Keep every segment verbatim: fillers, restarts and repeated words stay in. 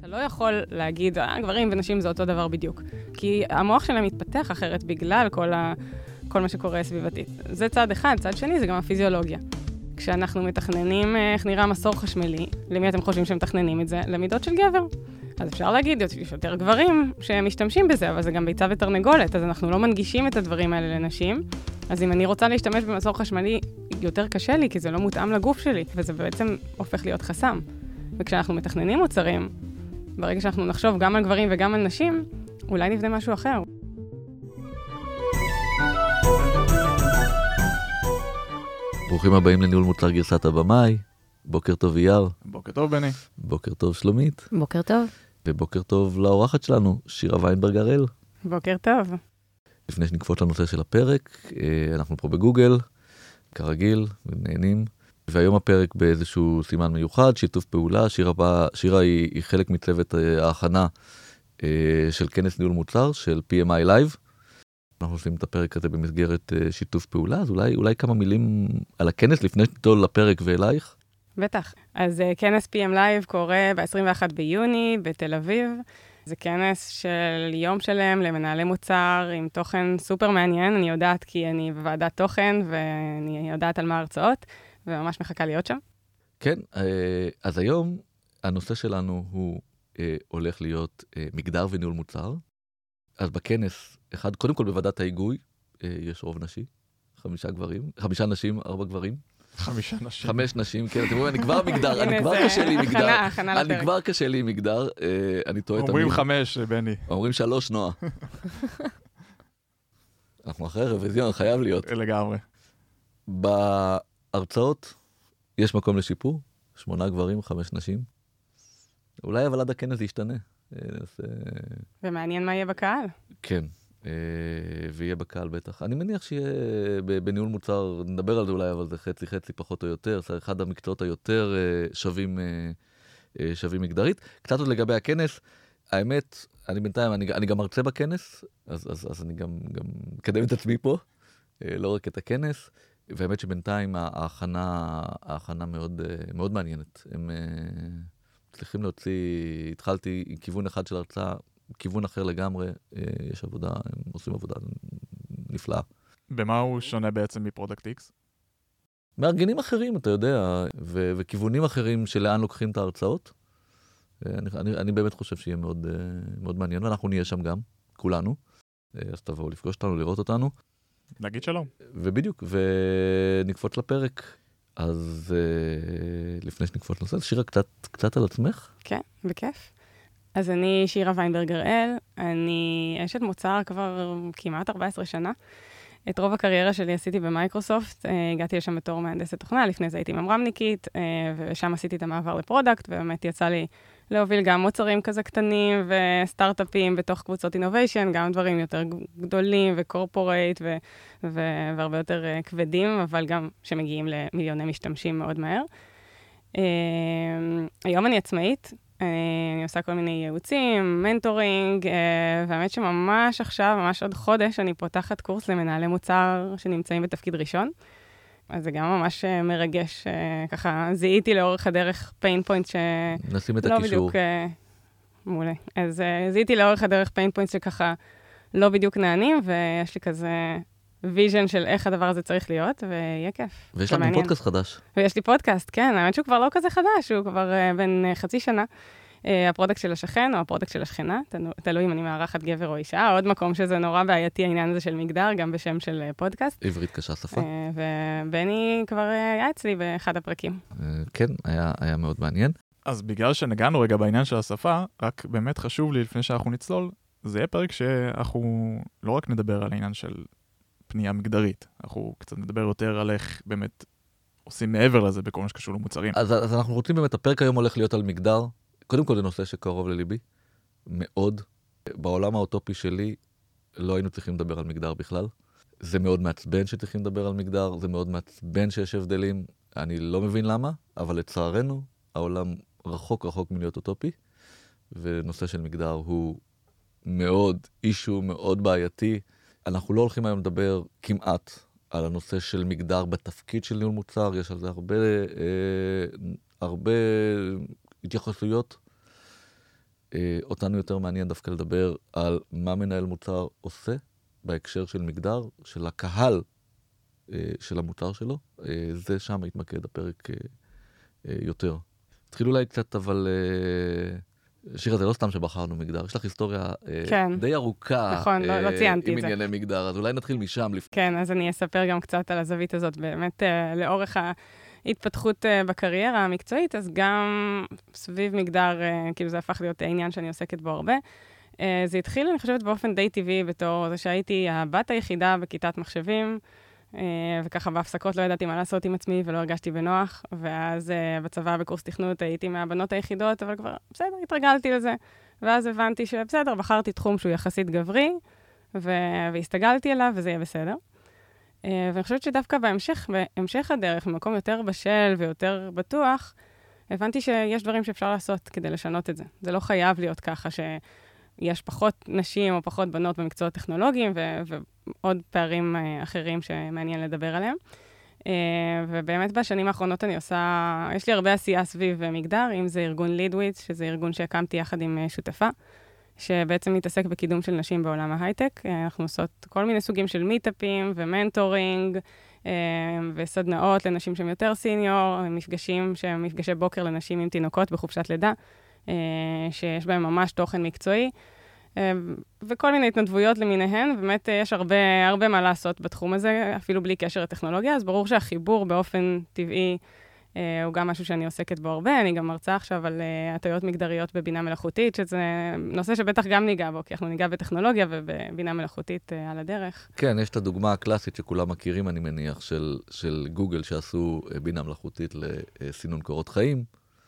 אתה לא יכול להגיד, אה, גברים ונשים זה אותו דבר בדיוק. כי המוח שלהם מתפתח אחרת בגלל כל, ה... כל מה שקורה סביבתית. זה צד אחד, צד שני זה גם הפיזיולוגיה. כשאנחנו מתכננים איך נראה מסור חשמלי, למי אתם חושבים שהם מתכננים את זה? למידות של גבר. אז אפשר להגיד, יש יותר גברים שמשתמשים בזה, אבל זה גם ביצה ותרנגולת, אז אנחנו לא מנגישים את הדברים האלה לנשים. אז אם אני רוצה להשתמש במסור חשמלי, יותר קשה לי, כי זה לא מותאם לגוף שלי, וזה בעצם הופך להיות חסם. וכשאנחנו מתכננים מוצרים, ברגע שאנחנו נחשוב גם על גברים וגם על נשים, אולי נבנה משהו אחר. ברוכים הבאים לניהול מוצר גרסת הבמאי. בוקר טוב אייר. בוקר טוב בני. בוקר טוב שלומית. בוקר טוב. ובוקר טוב לאורחת שלנו, שירה ויינברג הראל. בוקר טוב. לפני שנקפוץ לנושא של הפרק, אנחנו פה בגוגל, כרגיל, ונהנים. והיום הפרק באיזשהו סימן מיוחד, שיתוף פעולה. שירה, בא, שירה היא, היא חלק מצוות ההכנה של כנס ניהול מוצר, של פי אם איי Live. אנחנו עושים את הפרק הזה במסגרת שיתוף פעולה, אז אולי, אולי כמה מילים על הכנס לפני שתול לפרק ואלייך. בטח. אז כנס פי אם Live קורה ב-עשרים ואחד ביוני בתל אביב. זה כנס של יום שלם למנהלי מוצר עם תוכן סופר מעניין. אני יודעת כי אני בוועדת תוכן ואני יודעת על מה ההרצאות, וממש מחכה להיות שם. כן, אז היום הנושא שלנו הוא הולך להיות מגדר וניהול מוצר. אז בכנס, אחד, קודם כל בוועדת ההיגוי, יש רוב נשי, חמישה גברים, חמישה נשים, ארבע גברים. חמישה נשים. חמש נשים, כן, אתם רואים, אני כבר מגדר, אני כבר קשה לי מגדר. הכנה, הכנה לפרק. אני כבר קשה לי מגדר, אני טועה תמיד. אומרים חמש, בני. אומרים שלוש, נועה. אנחנו אחרי רוויזיון, חייב להיות. לגמרי. בהרצאות יש מקום לשיפור, שמונה גברים, חמש נשים. אולי אבל עד הכנס זה ישתנה. ומעניין מה יהיה בקהל. כן, ויהיה בקהל בטח. אני מניח שיהיה בניהול מוצר, נדבר על זה אולי, אבל זה חצי חצי פחות או יותר, זה אחד המקצועות היותר שווים, שווים מגדרית. קצת עוד לגבי הכנס, האמת, אני בינתיים, אני, אני גם מרצה בכנס, אז, אז, אז אני גם, גם מקדם את עצמי פה, לא רק את הכנס, והאמת שבינתיים ההכנה, ההכנה מאוד, מאוד מעניינת. הם צריכים להוציא, התחלתי עם כיוון אחד של הרצאה, כיוון אחר לגמרי, יש עבודה, הם עושים עבודה נפלאה. במה הוא שונה בעצם מפרודקט איקס? מארגנים אחרים, אתה יודע, ו- וכיוונים אחרים שלאן לוקחים את ההרצאות. אני, אני, אני באמת חושב שיהיה מאוד, מאוד מעניין, ואנחנו נהיה שם גם, כולנו. אז תבואו לפגוש אותנו, לראות אותנו. נגיד שלום. ובדיוק, ונקפוץ לפרק. אז לפני שנקפוץ לנושא, שירה, קצת, קצת על עצמך? כן, בכיף. אז אני שירה ויינברג הראל, אני אשת מוצר כבר כמעט ארבע עשרה שנה. את רוב הקריירה שלי עשיתי במייקרוסופט, הגעתי לשם בתור מהנדסת תוכנה, לפני זה הייתי ממרמניקית, ושם עשיתי את המעבר לפרודקט, ובאמת יצא לי להוביל גם מוצרים כזה קטנים וסטארט-אפים בתוך קבוצות אינוביישן, גם דברים יותר גדולים וקורפורייט ו- ו- והרבה יותר כבדים, אבל גם שמגיעים למיליוני משתמשים מאוד מהר. היום אני עצמאית, אני עושה כל מיני ייעוצים, מנטורינג, והאמת שממש עכשיו, ממש עוד חודש, אני פותחת קורס למנהלי מוצר שנמצאים בתפקיד ראשון. אז זה גם ממש מרגש, ככה זיהיתי לאורך הדרך pain point ש... נשים את לא הקישור. בדיוק, מעולה. אז זיהיתי לאורך הדרך pain point שככה לא בדיוק נענים, ויש לי כזה ויז'ן של איך הדבר הזה צריך להיות, ויהיה כיף. ויש לנו פודקאסט חדש. ויש לי פודקאסט, כן, האמת שהוא כבר לא כזה חדש, הוא כבר בין חצי שנה. הפרודקט של השכן או הפרודקט של השכנה, תלוי אם אני מארחת גבר או אישה, עוד מקום שזה נורא בעייתי העניין הזה של מגדר, גם בשם של פודקאסט. עברית קשה שפה. ובני כבר היה אצלי באחד הפרקים. כן, היה, היה מאוד מעניין. אז בגלל שנגענו רגע בעניין של השפה, רק באמת חשוב לי לפני שאנחנו נצלול, זה יהיה פרק שאנחנו לא רק נדבר על העניין של פנייה מגדרית, אנחנו קצת נדבר יותר על איך באמת עושים מעבר לזה בכל מה שקשור למוצרים. אז, אז אנחנו רוצים באמת, הפרק היום הולך להיות על מגדר. קודם כל זה נושא שקרוב לליבי, מאוד. בעולם האוטופי שלי לא היינו צריכים לדבר על מגדר בכלל. זה מאוד מעצבן שצריכים לדבר על מגדר, זה מאוד מעצבן שיש הבדלים. אני לא מבין למה, אבל לצערנו, העולם רחוק רחוק מלהיות אוטופי, ונושא של מגדר הוא מאוד אישו, מאוד בעייתי. אנחנו לא הולכים היום לדבר כמעט על הנושא של מגדר בתפקיד של ניהול מוצר, יש על זה הרבה, אה, הרבה התייחסויות. אותנו יותר מעניין דווקא לדבר על מה מנהל מוצר עושה בהקשר של מגדר, של הקהל של המוצר שלו. זה שם התמקד הפרק יותר. התחילו אולי קצת, אבל שירה, זה לא סתם שבחרנו מגדר, יש לך היסטוריה כן. די ארוכה נכון, לא, לא ציינתי עם את זה. ענייני מגדר, אז אולי נתחיל משם. לפ... כן, אז אני אספר גם קצת על הזווית הזאת, באמת לאורך ההתפתחות בקריירה המקצועית, אז גם סביב מגדר, כאילו זה הפך להיות העניין שאני עוסקת בו הרבה. זה התחיל, אני חושבת, באופן די טבעי, בתור זה שהייתי הבת היחידה בכיתת מחשבים, וככה בהפסקות לא ידעתי מה לעשות עם עצמי ולא הרגשתי בנוח, ואז בצבא בקורס תכנות הייתי מהבנות היחידות, אבל כבר בסדר, התרגלתי לזה, ואז הבנתי שבסדר, בחרתי תחום שהוא יחסית גברי, והסתגלתי אליו וזה יהיה בסדר. ואני חושבת שדווקא בהמשך, בהמשך הדרך, במקום יותר בשל ויותר בטוח, הבנתי שיש דברים שאפשר לעשות כדי לשנות את זה. זה לא חייב להיות ככה שיש פחות נשים או פחות בנות במקצועות טכנולוגיים, ו- ועוד פערים אחרים שמעניין לדבר עליהם. ובאמת בשנים האחרונות אני עושה, יש לי הרבה עשייה סביב מגדר, אם זה ארגון לידוויץ, שזה ארגון שהקמתי יחד עם שותפה, שבעצם מתעסק בקידום של נשים בעולם ההייטק. אנחנו עושות כל מיני סוגים של מיטאפים ומנטורינג, וסדנאות לנשים שהם יותר סיניור, מפגשים שהם מפגשי בוקר לנשים עם תינוקות בחופשת לידה, שיש בהם ממש תוכן מקצועי, וכל מיני התנדבויות למיניהן, באמת יש הרבה, הרבה מה לעשות בתחום הזה, אפילו בלי קשר לטכנולוגיה, אז ברור שהחיבור באופן טבעי הוא גם משהו שאני עוסקת בו הרבה. אני גם מרצה עכשיו על הטיות מגדריות בבינה מלאכותית, שזה נושא שבטח גם ניגע בו, כי אנחנו ניגע בטכנולוגיה ובבינה מלאכותית על הדרך. כן, יש את הדוגמה הקלאסית שכולם מכירים, אני מניח, של, של גוגל שעשו בינה מלאכותית לסינון קורות חיים,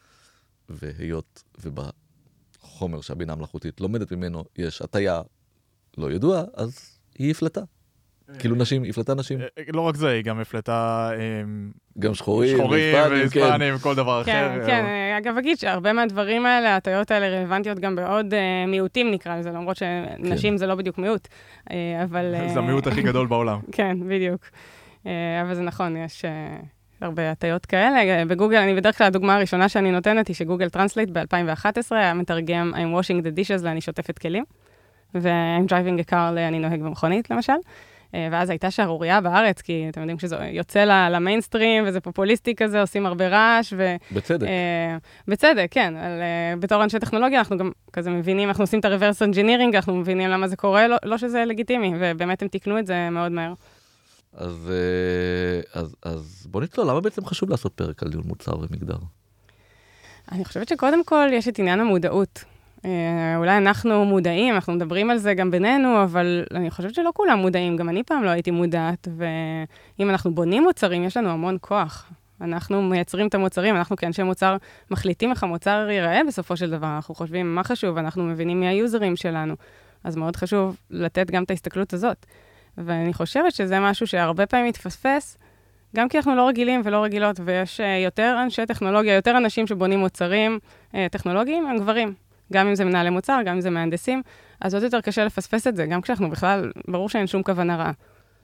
והיות ובחומר שהבינה מלאכותית לומדת ממנו יש הטיה לא ידועה, אז היא הפלטה. כאילו נשים, הפלטה נשים. לא רק זה, היא גם הפלטה... גם שחורים, שחורים, והיספנים, כל דבר אחר. כן, כן. אגב, אגיד שהרבה מהדברים האלה, הטעויות האלה רלוונטיות גם בעוד מיעוטים נקרא לזה, למרות שנשים זה לא בדיוק מיעוט, אבל... זה המיעוט הכי גדול בעולם. כן, בדיוק. אבל זה נכון, יש הרבה הטעיות כאלה. בגוגל, אני בדרך כלל הדוגמה הראשונה שאני נותנת היא שגוגל טרנסלייט ב-אלפיים ואחת עשרה היה מתרגם I'm washing the dishes לאני שוטפת כלים, ו-I'm driving a car לאני נוהג במכונית, למשל. ואז הייתה שערוריה בארץ, כי אתם יודעים שזה יוצא למיינסטרים, וזה פופוליסטי כזה, עושים הרבה רעש. ו... בצדק. בצדק, כן. על, בתור אנשי טכנולוגיה, אנחנו גם כזה מבינים, אנחנו עושים את ה-reverse engineering, אנחנו מבינים למה זה קורה, לא, לא שזה לגיטימי, ובאמת הם תיקנו את זה מאוד מהר. אז, אז, אז בוא נצלול, למה בעצם חשוב לעשות פרק על ניהול מוצר ומגדר? אני חושבת שקודם כל יש את עניין המודעות. אולי אנחנו מודעים, אנחנו מדברים על זה גם בינינו, אבל אני חושבת שלא כולם מודעים, גם אני פעם לא הייתי מודעת, ואם אנחנו בונים מוצרים, יש לנו המון כוח. אנחנו מייצרים את המוצרים, אנחנו כאנשי מוצר מחליטים איך המוצר ייראה בסופו של דבר, אנחנו חושבים מה חשוב, אנחנו מבינים מי היוזרים שלנו, אז מאוד חשוב לתת גם את ההסתכלות הזאת. ואני חושבת שזה משהו שהרבה פעמים מתפספס, גם כי אנחנו לא רגילים ולא רגילות, ויש יותר אנשי טכנולוגיה, יותר אנשים שבונים מוצרים טכנולוגיים, הם גברים. גם אם זה מנהלי מוצר, גם אם זה מהנדסים, אז עוד יותר קשה לפספס את זה, גם כשאנחנו בכלל, ברור שאין שום כוונה רעה.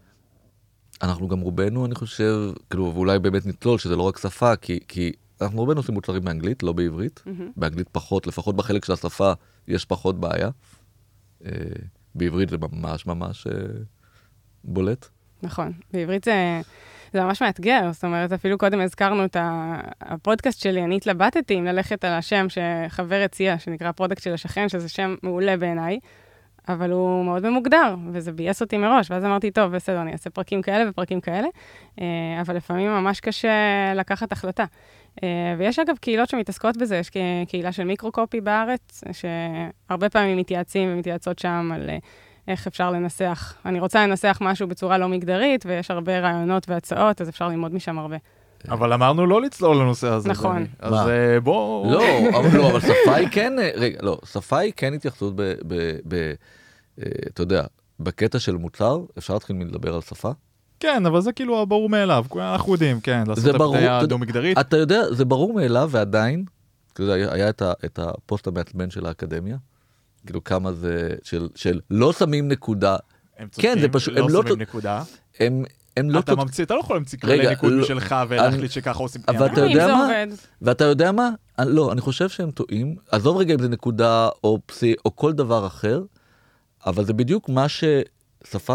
אנחנו גם רובנו, אני חושב, כאילו, ואולי באמת נצלול, שזה לא רק שפה, כי, כי אנחנו רובנו עושים מוצרים באנגלית, לא בעברית. Mm-hmm. באנגלית פחות, לפחות בחלק של השפה, יש פחות בעיה. אה, בעברית זה ממש ממש אה, בולט. נכון, בעברית זה... זה ממש מאתגר, זאת אומרת, אפילו קודם הזכרנו את הפודקאסט שלי, אני התלבטתי אם ללכת על השם שחבר הציע, שנקרא פרודקט של השכן, שזה שם מעולה בעיניי, אבל הוא מאוד ממוגדר, וזה בייס אותי מראש, ואז אמרתי, טוב, בסדר, אני אעשה פרקים כאלה ופרקים כאלה, אבל לפעמים ממש קשה לקחת החלטה. ויש אגב קהילות שמתעסקות בזה, יש קהילה של מיקרו-קופי בארץ, שהרבה פעמים מתייעצים ומתייעצות שם על... איך אפשר לנסח. אני רוצה לנסח משהו בצורה לא מגדרית, ויש הרבה רעיונות והצעות, אז אפשר ללמוד משם הרבה. אבל אמרנו לא לצלול לנושא הזה. נכון. אז בוא... לא, אבל שפה היא כן, רגע, לא, שפה היא כן התייחסות ב, אתה יודע, בקטע של מוצר, אפשר להתחיל לדבר על שפה? כן, אבל זה כאילו ברור מאליו, אנחנו יודעים, כן, לעשות את הפתיה דו-מגדרית. אתה יודע, זה ברור מאליו, ועדיין, היה את הפוסט המעצבן של האקדמיה, כאילו כמה זה, של, של לא שמים נקודה. הם צודקים, כן, זה פשוט, לא שמים לא, נקודה. הם, הם לא... אתה ממציא, אתה לא יכול להמציא כללי ניקוד משלך ולהחליט שככה עושים פנייה. אבל אתה יודע מה? ואתה יודע מה? לא, אני חושב שהם טועים. עזוב רגע אם זה נקודה או פסי או כל דבר אחר, אבל זה בדיוק מה ששפה,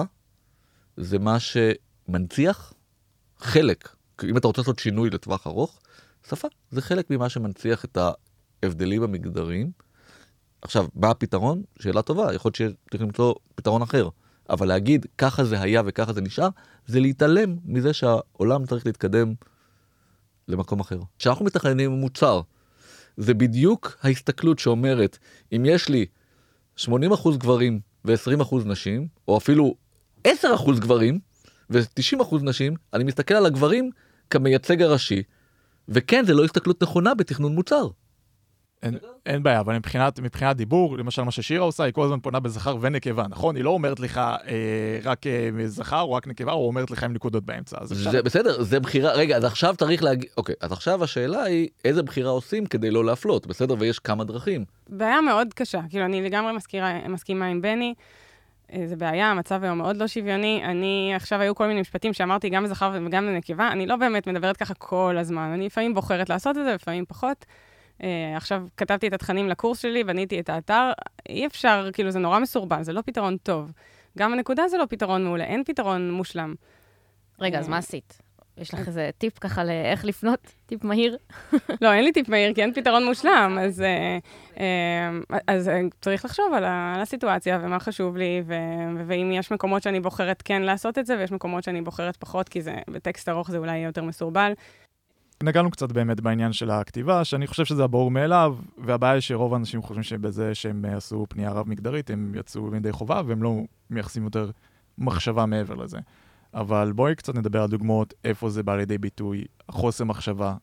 זה מה שמנציח חלק. אם אתה רוצה לעשות שינוי לטווח ארוך, שפה זה חלק ממה שמנציח את ההבדלים המגדריים. עכשיו, מה הפתרון? שאלה טובה, יכול להיות שצריך למצוא פתרון אחר. אבל להגיד, ככה זה היה וככה זה נשאר, זה להתעלם מזה שהעולם צריך להתקדם למקום אחר. כשאנחנו מתכננים מוצר, זה בדיוק ההסתכלות שאומרת, אם יש לי שמונים אחוז גברים ו-עשרים אחוז נשים, או אפילו עשרה אחוז גברים ו-תשעים אחוז נשים, אני מסתכל על הגברים כמייצג הראשי, וכן, זה לא הסתכלות נכונה בתכנון מוצר. אין, אין בעיה, אבל מבחינת, מבחינת דיבור, למשל מה ששירה עושה, היא כל הזמן פונה בזכר ונקבה, נכון? היא לא אומרת לך אה, רק אה, זכר או רק נקבה, או אומרת לך עם נקודות באמצע. אז זה בסדר, זה בחירה, רגע, אז עכשיו צריך להגיד, אוקיי, אז עכשיו השאלה היא, איזה בחירה עושים כדי לא להפלות, בסדר? ויש כמה דרכים. בעיה מאוד קשה, כאילו אני לגמרי מזכירה, מסכימה עם בני, זה בעיה, המצב היום מאוד לא שוויוני, אני, עכשיו היו כל מיני משפטים שאמרתי גם בזכר וגם בנקבה, אני לא באמת מדברת ככה כל הזמן, אני לפעמים בוחרת לעשות את זה, לפעמים פחות. Uh, עכשיו כתבתי את התכנים לקורס שלי, בניתי את האתר, אי אפשר, כאילו זה נורא מסורבל, זה לא פתרון טוב. גם הנקודה זה לא פתרון מעולה, אין פתרון מושלם. רגע, אז מה עשית? יש לך איזה טיפ ככה לאיך לפנות? טיפ מהיר? לא, אין לי טיפ מהיר, כי אין פתרון מושלם, אז, uh, uh, אז uh, צריך לחשוב על, ה, על הסיטואציה ומה חשוב לי, ו, ואם יש מקומות שאני בוחרת כן לעשות את זה, ויש מקומות שאני בוחרת פחות, כי זה, בטקסט ארוך זה אולי יהיה יותר מסורבל. נגענו קצת באמת בעניין של הכתיבה, שאני חושב שזה הברור מאליו, והבעיה היא שרוב האנשים חושבים שבזה שהם עשו פנייה רב מגדרית, הם יצאו מידי חובה, והם לא מייחסים יותר מחשבה מעבר לזה. אבל בואי קצת נדבר על דוגמאות, איפה זה בא לידי ביטוי, חוסר מחשבה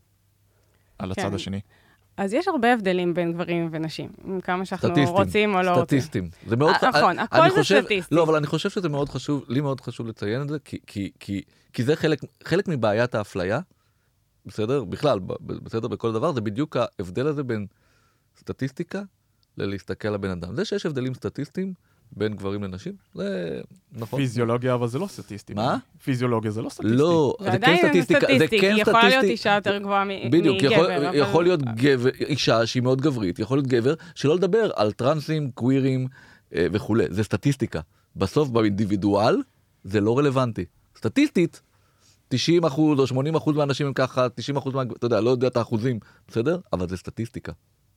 על הצד כן. השני. אז יש הרבה הבדלים בין גברים ונשים, כמה שאנחנו רוצים או לא רוצים. סטטיסטים. זה מאוד חשוב. נכון, הכל זה סטטיסטי. לא, אבל אני חושב שזה מאוד חשוב, לי מאוד חשוב לציין את זה, כי, כי, כי, כי זה חלק, חלק מבעיית האפליה, בסדר? בכלל, בסדר, בכל דבר, זה בדיוק ההבדל הזה בין סטטיסטיקה ללהסתכל על הבן אדם. זה שיש הבדלים סטטיסטיים בין גברים לנשים, זה נכון. פיזיולוגיה, אבל זה לא סטטיסטי. מה? פיזיולוגיה זה לא סטטיסטי. לא, זה כן סטטיסטיקה. זה כן סטטיסטי. כי יכולה להיות אישה יותר גבוהה מגבר. בדיוק, יכול להיות אישה שהיא מאוד גברית, יכול להיות גבר, שלא לדבר על טרנסים, קווירים וכו'. זה סטטיסטיקה. בסוף, באינדיבידואל, זה לא רלוונטי. סטטיסטית, תשעים אחוז או שמונים אחוז מהאנשים הם ככה, תשעים אחוז מה, אתה יודע, לא יודע את האחוזים, בסדר? אבל זה סטטיסטיקה.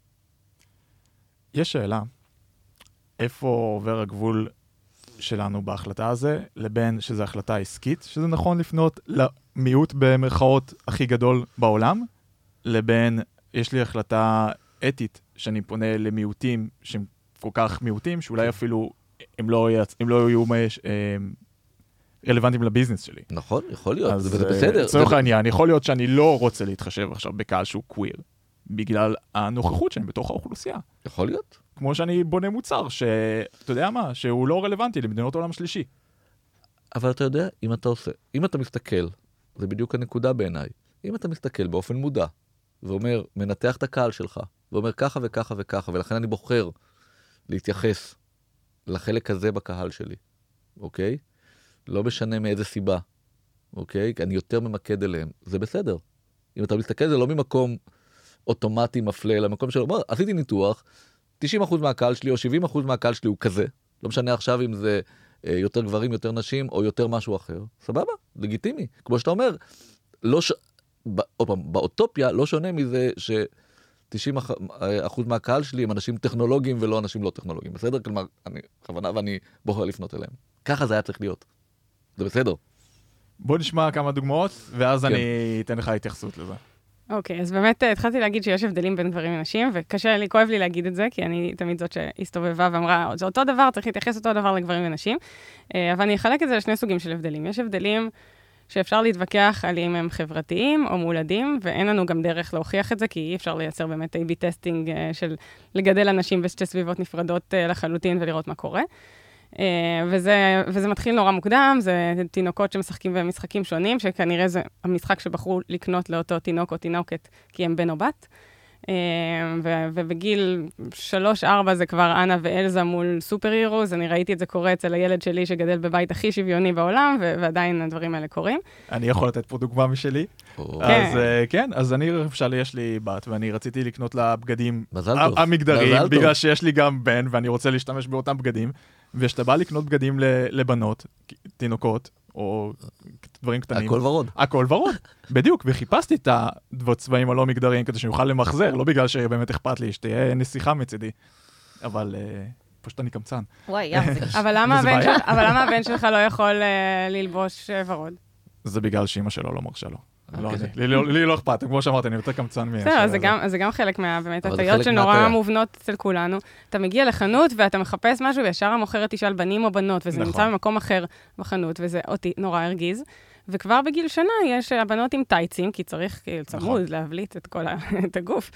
יש שאלה, איפה עובר הגבול שלנו בהחלטה הזה, לבין שזו החלטה עסקית, שזה נכון לפנות למיעוט במרכאות הכי גדול בעולם, לבין יש לי החלטה אתית, שאני פונה למיעוטים שהם כל כך מיעוטים, שאולי אפילו הם לא, הם לא יהיו מש, רלוונטיים לביזנס שלי. נכון, יכול להיות, זה בסדר. לצורך העניין, יכול להיות שאני לא רוצה להתחשב עכשיו בקהל שהוא קוויר, בגלל הנוכחות שלהם בתוך האוכלוסייה. יכול להיות. כמו שאני בונה מוצר, שאתה יודע מה, שהוא לא רלוונטי למדינות עולם שלישי. אבל אתה יודע, אם אתה עושה, אם אתה מסתכל, זה בדיוק הנקודה בעיניי, אם אתה מסתכל באופן מודע, ואומר, מנתח את הקהל שלך, ואומר ככה וככה וככה, ולכן אני בוחר להתייחס לחלק הזה בקהל שלי, אוקיי? לא משנה מאיזה סיבה, אוקיי? אני יותר ממקד אליהם, זה בסדר. אם אתה מסתכל, זה לא ממקום אוטומטי מפלה, אלא מקום שלו, בוא, עשיתי ניתוח, תשעים אחוז מהקהל שלי או שבעים אחוז מהקהל שלי הוא כזה, לא משנה עכשיו אם זה אה, יותר גברים, יותר נשים, או יותר משהו אחר, סבבה, לגיטימי. כמו שאתה אומר, לא ש... בא, פעם, באוטופיה לא שונה מזה ש-תשעים אחוז מהקהל שלי הם אנשים טכנולוגיים ולא אנשים לא טכנולוגיים, בסדר? כלומר, אני בכוונה ואני בוחר לפנות אליהם. ככה זה היה צריך להיות. זה בסדר. בוא נשמע כמה דוגמאות, ואז כן. אני אתן לך התייחסות לזה. אוקיי, אז באמת התחלתי להגיד שיש הבדלים בין גברים ונשים, וקשה לי, כואב לי להגיד את זה, כי אני תמיד זאת שהסתובבה ואמרה, זה אותו דבר, צריך להתייחס אותו דבר לגברים ונשים, אבל אני אחלק את זה לשני סוגים של הבדלים. יש הבדלים שאפשר להתווכח על אם הם חברתיים או מולדים, ואין לנו גם דרך להוכיח את זה, כי אי אפשר לייצר באמת איי בי טסטינג של לגדל אנשים בשתי סביבות נפרדות לחלוטין ולראות מה קורה. וזה, וזה מתחיל נורא מוקדם, זה תינוקות שמשחקים במשחקים שונים, שכנראה זה המשחק שבחרו לקנות לאותו תינוק או תינוקת, כי הם בן או בת. ובגיל שלוש ארבע זה כבר אנה ואלזה מול סופר הירוס, אני ראיתי את זה קורה אצל הילד שלי שגדל בבית הכי שוויוני בעולם, ועדיין הדברים האלה קורים. אני יכול לתת פה דוגמה משלי. אז כן, אז אני למשל יש לי בת, ואני רציתי לקנות לה בגדים המגדריים, בגלל שיש לי גם בן, ואני רוצה להשתמש באותם בגדים, ושאתה בא לקנות בגדים לבנות, תינוקות, או דברים קטנים. הכל ורוד. הכל ורוד, בדיוק. וחיפשתי את הצבעים הלא מגדריים כדי שנוכל למחזר, לא בגלל שבאמת אכפת לי, שתהיה נסיכה מצידי. אבל פשוט אני קמצן. וואי, יאללה. אבל למה הבן שלך לא יכול ללבוש ורוד? זה בגלל שאמא שלו לא מרשה לו. לי לא אכפת, כמו שאמרתי, אני יותר קמצן מי. זה גם חלק מהבאמת הטעיות שנורא מובנות אצל כולנו. אתה מגיע לחנות ואתה מחפש משהו, וישר המוכרת תשאל בנים או בנות, וזה נמצא במקום אחר בחנות, וזה אותי נורא הרגיז. וכבר בגיל שנה יש הבנות עם טייצים, כי צריך צמוד להבליט את כל הגוף.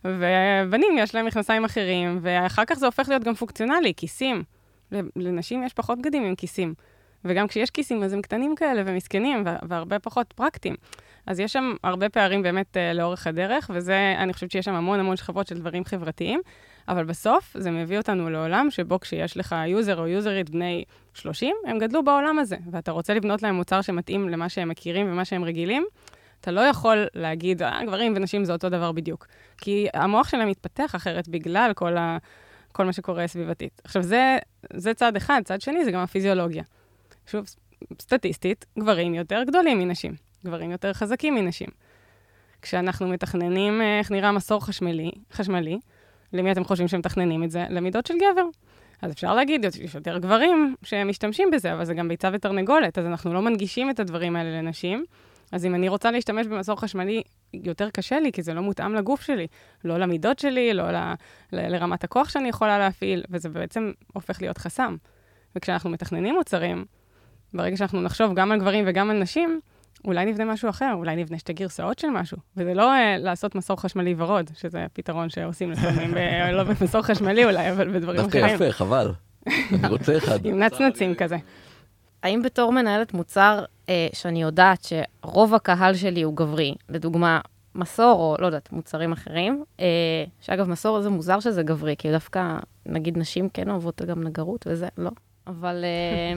ובנים יש להם מכנסיים אחרים, ואחר כך זה הופך להיות גם פונקציונלי, כיסים. לנשים יש פחות בגדים עם כיסים. וגם כשיש כיסים, אז הם קטנים כאלה ומסכנים, והרבה פחות פרקטיים. אז יש שם הרבה פערים באמת uh, לאורך הדרך, וזה, אני חושבת שיש שם המון המון שכבות של דברים חברתיים, אבל בסוף זה מביא אותנו לעולם שבו כשיש לך יוזר או יוזרית בני שלושים, הם גדלו בעולם הזה, ואתה רוצה לבנות להם מוצר שמתאים למה שהם מכירים ומה שהם רגילים, אתה לא יכול להגיד, אה, גברים ונשים זה אותו דבר בדיוק. כי המוח שלהם מתפתח אחרת בגלל כל, ה, כל מה שקורה סביבתית. עכשיו, זה, זה צד אחד, צד שני זה גם הפיזיולוגיה. שוב, סטטיסטית, גברים יותר גדולים מנשים. גברים יותר חזקים מנשים. כשאנחנו מתכננים איך נראה מסור חשמלי, חשמלי, למי אתם חושבים שהם מתכננים את זה? למידות של גבר. אז אפשר להגיד, יש יותר גברים שמשתמשים בזה, אבל זה גם ביצה ותרנגולת, אז אנחנו לא מנגישים את הדברים האלה לנשים. אז אם אני רוצה להשתמש במסור חשמלי, יותר קשה לי, כי זה לא מותאם לגוף שלי, לא למידות שלי, לא ל, ל, לרמת הכוח שאני יכולה להפעיל, וזה בעצם הופך להיות חסם. וכשאנחנו מתכננים מוצרים, ברגע שאנחנו נחשוב גם על גברים וגם על נשים, אולי נבנה משהו אחר, אולי נבנה שתי גרסאות של משהו. וזה לא uh, לעשות מסור חשמלי ורוד, שזה פתרון שעושים לפעמים, ב- לא במסור חשמלי אולי, אבל בדברים אחרים. דווקא יפה, חבל. אני רוצה אחד. עם נצנצים כזה. האם בתור מנהלת מוצר, אה, שאני יודעת שרוב הקהל שלי הוא גברי, לדוגמה, מסור או לא יודעת, מוצרים אחרים, אה, שאגב, מסור זה מוזר שזה גברי, כי דווקא, נגיד, נשים כן אוהבות גם נגרות וזה, לא. אבל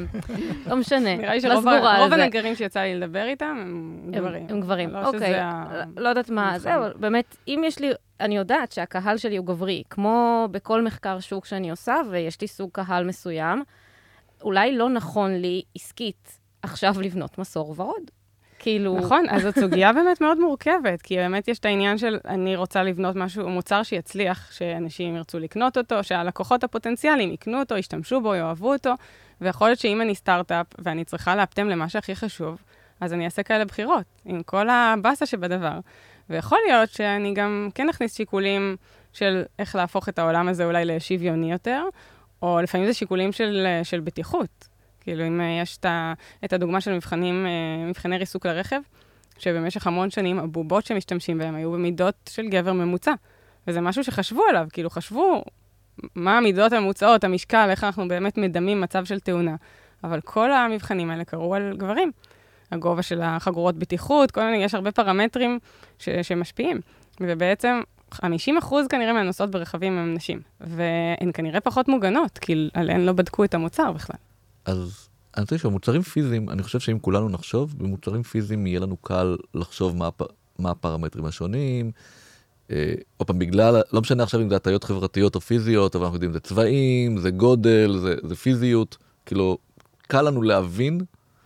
לא משנה. נראה לי שרוב הנגרים שיצא לי לדבר איתם הם גברים. הם גברים, אוקיי. לא יודעת מה זה, אבל באמת, אם יש לי, אני יודעת שהקהל שלי הוא גברי, כמו בכל מחקר שוק שאני עושה, ויש לי סוג קהל מסוים, אולי לא נכון לי עסקית עכשיו לבנות מסור ורוד. כאילו... נכון, אז זאת סוגיה באמת מאוד מורכבת, כי באמת יש את העניין של אני רוצה לבנות משהו, מוצר שיצליח, שאנשים ירצו לקנות אותו, שהלקוחות הפוטנציאליים יקנו אותו, ישתמשו בו, יאהבו אותו, ויכול להיות שאם אני סטארט-אפ ואני צריכה להפתם למה שהכי חשוב, אז אני אעשה כאלה בחירות, עם כל הבאסה שבדבר. ויכול להיות שאני גם כן אכניס שיקולים של איך להפוך את העולם הזה אולי לשוויוני יותר, או לפעמים זה שיקולים של, של בטיחות. כאילו, אם יש את הדוגמה של מבחנים, מבחני ריסוק לרכב, שבמשך המון שנים הבובות שמשתמשים בהם היו במידות של גבר ממוצע. וזה משהו שחשבו עליו, כאילו חשבו מה המידות הממוצעות, המשקל, איך אנחנו באמת מדמים מצב של תאונה. אבל כל המבחנים האלה קרו על גברים. הגובה של החגורות בטיחות, כל מיני, יש הרבה פרמטרים ש, שמשפיעים. ובעצם חמישים אחוז כנראה מהנוסעות ברכבים הם נשים. והן כנראה פחות מוגנות, כי עליהן לא בדקו את המוצר בכלל. אז אני רוצה לשאול, מוצרים פיזיים, אני חושב שאם כולנו נחשוב, במוצרים פיזיים יהיה לנו קל לחשוב מה, מה הפרמטרים השונים, אה, או פעם בגלל, לא משנה עכשיו אם זה הטיות חברתיות או פיזיות, אבל אנחנו יודעים, זה צבעים, זה גודל, זה, זה פיזיות, כאילו, קל לנו להבין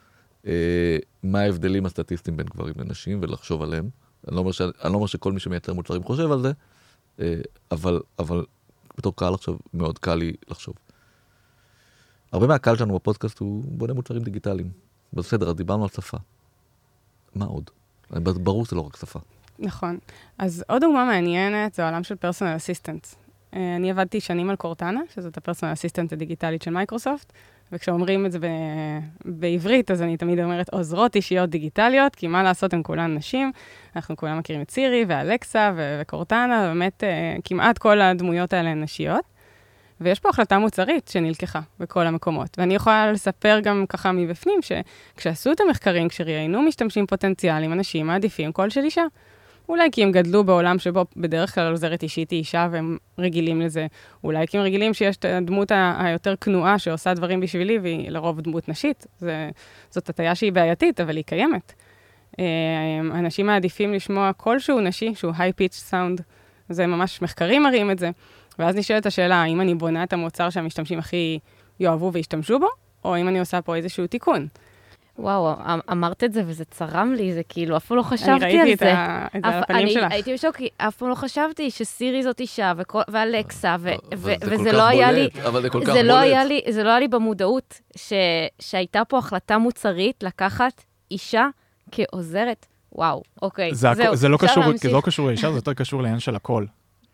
אה, מה ההבדלים הסטטיסטיים בין גברים לנשים ולחשוב עליהם. אני לא אומר, ש, אני לא אומר שכל מי שמייצר מוצרים חושב על זה, אה, אבל, אבל בתור קהל עכשיו מאוד קל לי לחשוב. הרבה מהקהל שלנו בפודקאסט הוא בונה מוצרים דיגיטליים. בסדר, אז דיברנו על שפה. מה עוד? ברור שזה לא רק שפה. נכון. אז עוד דוגמה מעניינת זה העולם של פרסונל אסיסטנט. אני עבדתי שנים על קורטנה, שזאת הפרסונל אסיסטנט הדיגיטלית של מייקרוסופט, וכשאומרים את זה בעברית, אז אני תמיד אומרת עוזרות אישיות דיגיטליות, כי מה לעשות, הן כולן נשים. אנחנו כולם מכירים את סירי ואלקסה וקורטנה, ובאמת כמעט כל הדמויות האלה הן נשיות. ויש פה החלטה מוצרית שנלקחה בכל המקומות. ואני יכולה לספר גם ככה מבפנים, שכשעשו את המחקרים, כשראיינו משתמשים פוטנציאליים, אנשים מעדיפים קול של אישה. אולי כי הם גדלו בעולם שבו בדרך כלל עוזרת אישית היא אישה, והם רגילים לזה. אולי כי הם רגילים שיש את הדמות היותר כנועה שעושה דברים בשבילי, והיא לרוב דמות נשית. זה, זאת הטיה שהיא בעייתית, אבל היא קיימת. אנשים מעדיפים לשמוע קול שהוא נשי, שהוא high-pitch sound. זה ממש מחקרים מראים את זה. ואז נשאלת השאלה, האם אני בונה את המוצר שהמשתמשים הכי יאהבו וישתמשו בו, או אם אני עושה פה איזשהו תיקון. וואו, אמרת את זה וזה צרם לי, זה כאילו, אף פעם לא חשבתי על זה. אני ראיתי את זה על הפנים שלך. אני הייתי בשוק, אף פעם לא חשבתי שסירי זאת אישה, ואלקסה, וזה לא היה לי, זה לא היה לי, זה לא היה לי במודעות, שהייתה פה החלטה מוצרית לקחת אישה כעוזרת. וואו, אוקיי, זהו. זה לא קשור לאישה, זה יותר קשור לעניין של הכל.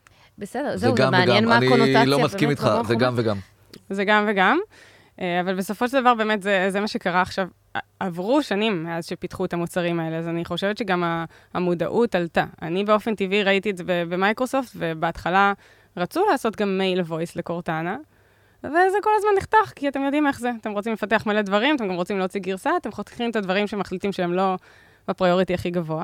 בסדר, זהו, זה מעניין מה הקונוטציה. אני לא מסכים איתך, זה גם וגם. זה גם וגם. אבל בסופו של דבר, באמת, זה, זה מה שקרה עכשיו. עברו שנים מאז שפיתחו את המוצרים האלה, אז אני חושבת שגם המודעות עלתה. אני באופן טבעי ראיתי את זה במייקרוסופט, ובהתחלה רצו לעשות גם מייל וויס לקורטנה, וזה כל הזמן נחתך, כי אתם יודעים איך זה. אתם רוצים לפתח מלא דברים, אתם גם רוצים להוציא גרסה, אתם חותכים את הדברים שמחליטים שהם לא בפריוריטי הכי גבוה.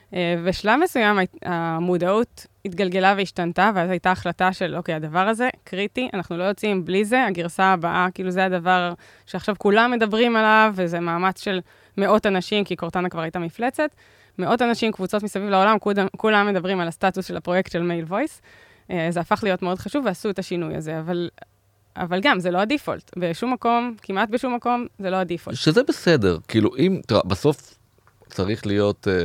בשלב מסוים המודעות התגלגלה והשתנתה, ואז הייתה החלטה של, אוקיי, הדבר הזה קריטי, אנחנו לא יוצאים בלי זה, הגרסה הבאה, כאילו זה הדבר שעכשיו כולם מדברים עליו, וזה מאמץ של מאות אנשים, כי קורטנה כבר הייתה מפלצת, מאות אנשים, קבוצות מסביב לעולם, כולם, כולם מדברים על הסטטוס של הפרויקט של מייל וויס, זה הפך להיות מאוד חשוב, ועשו את השינוי הזה, אבל, אבל גם, זה לא הדיפולט, בשום מקום, כמעט בשום מקום, זה לא הדיפולט. שזה בסדר, כאילו, אם, תראה, בסוף, צריך להיות, אה,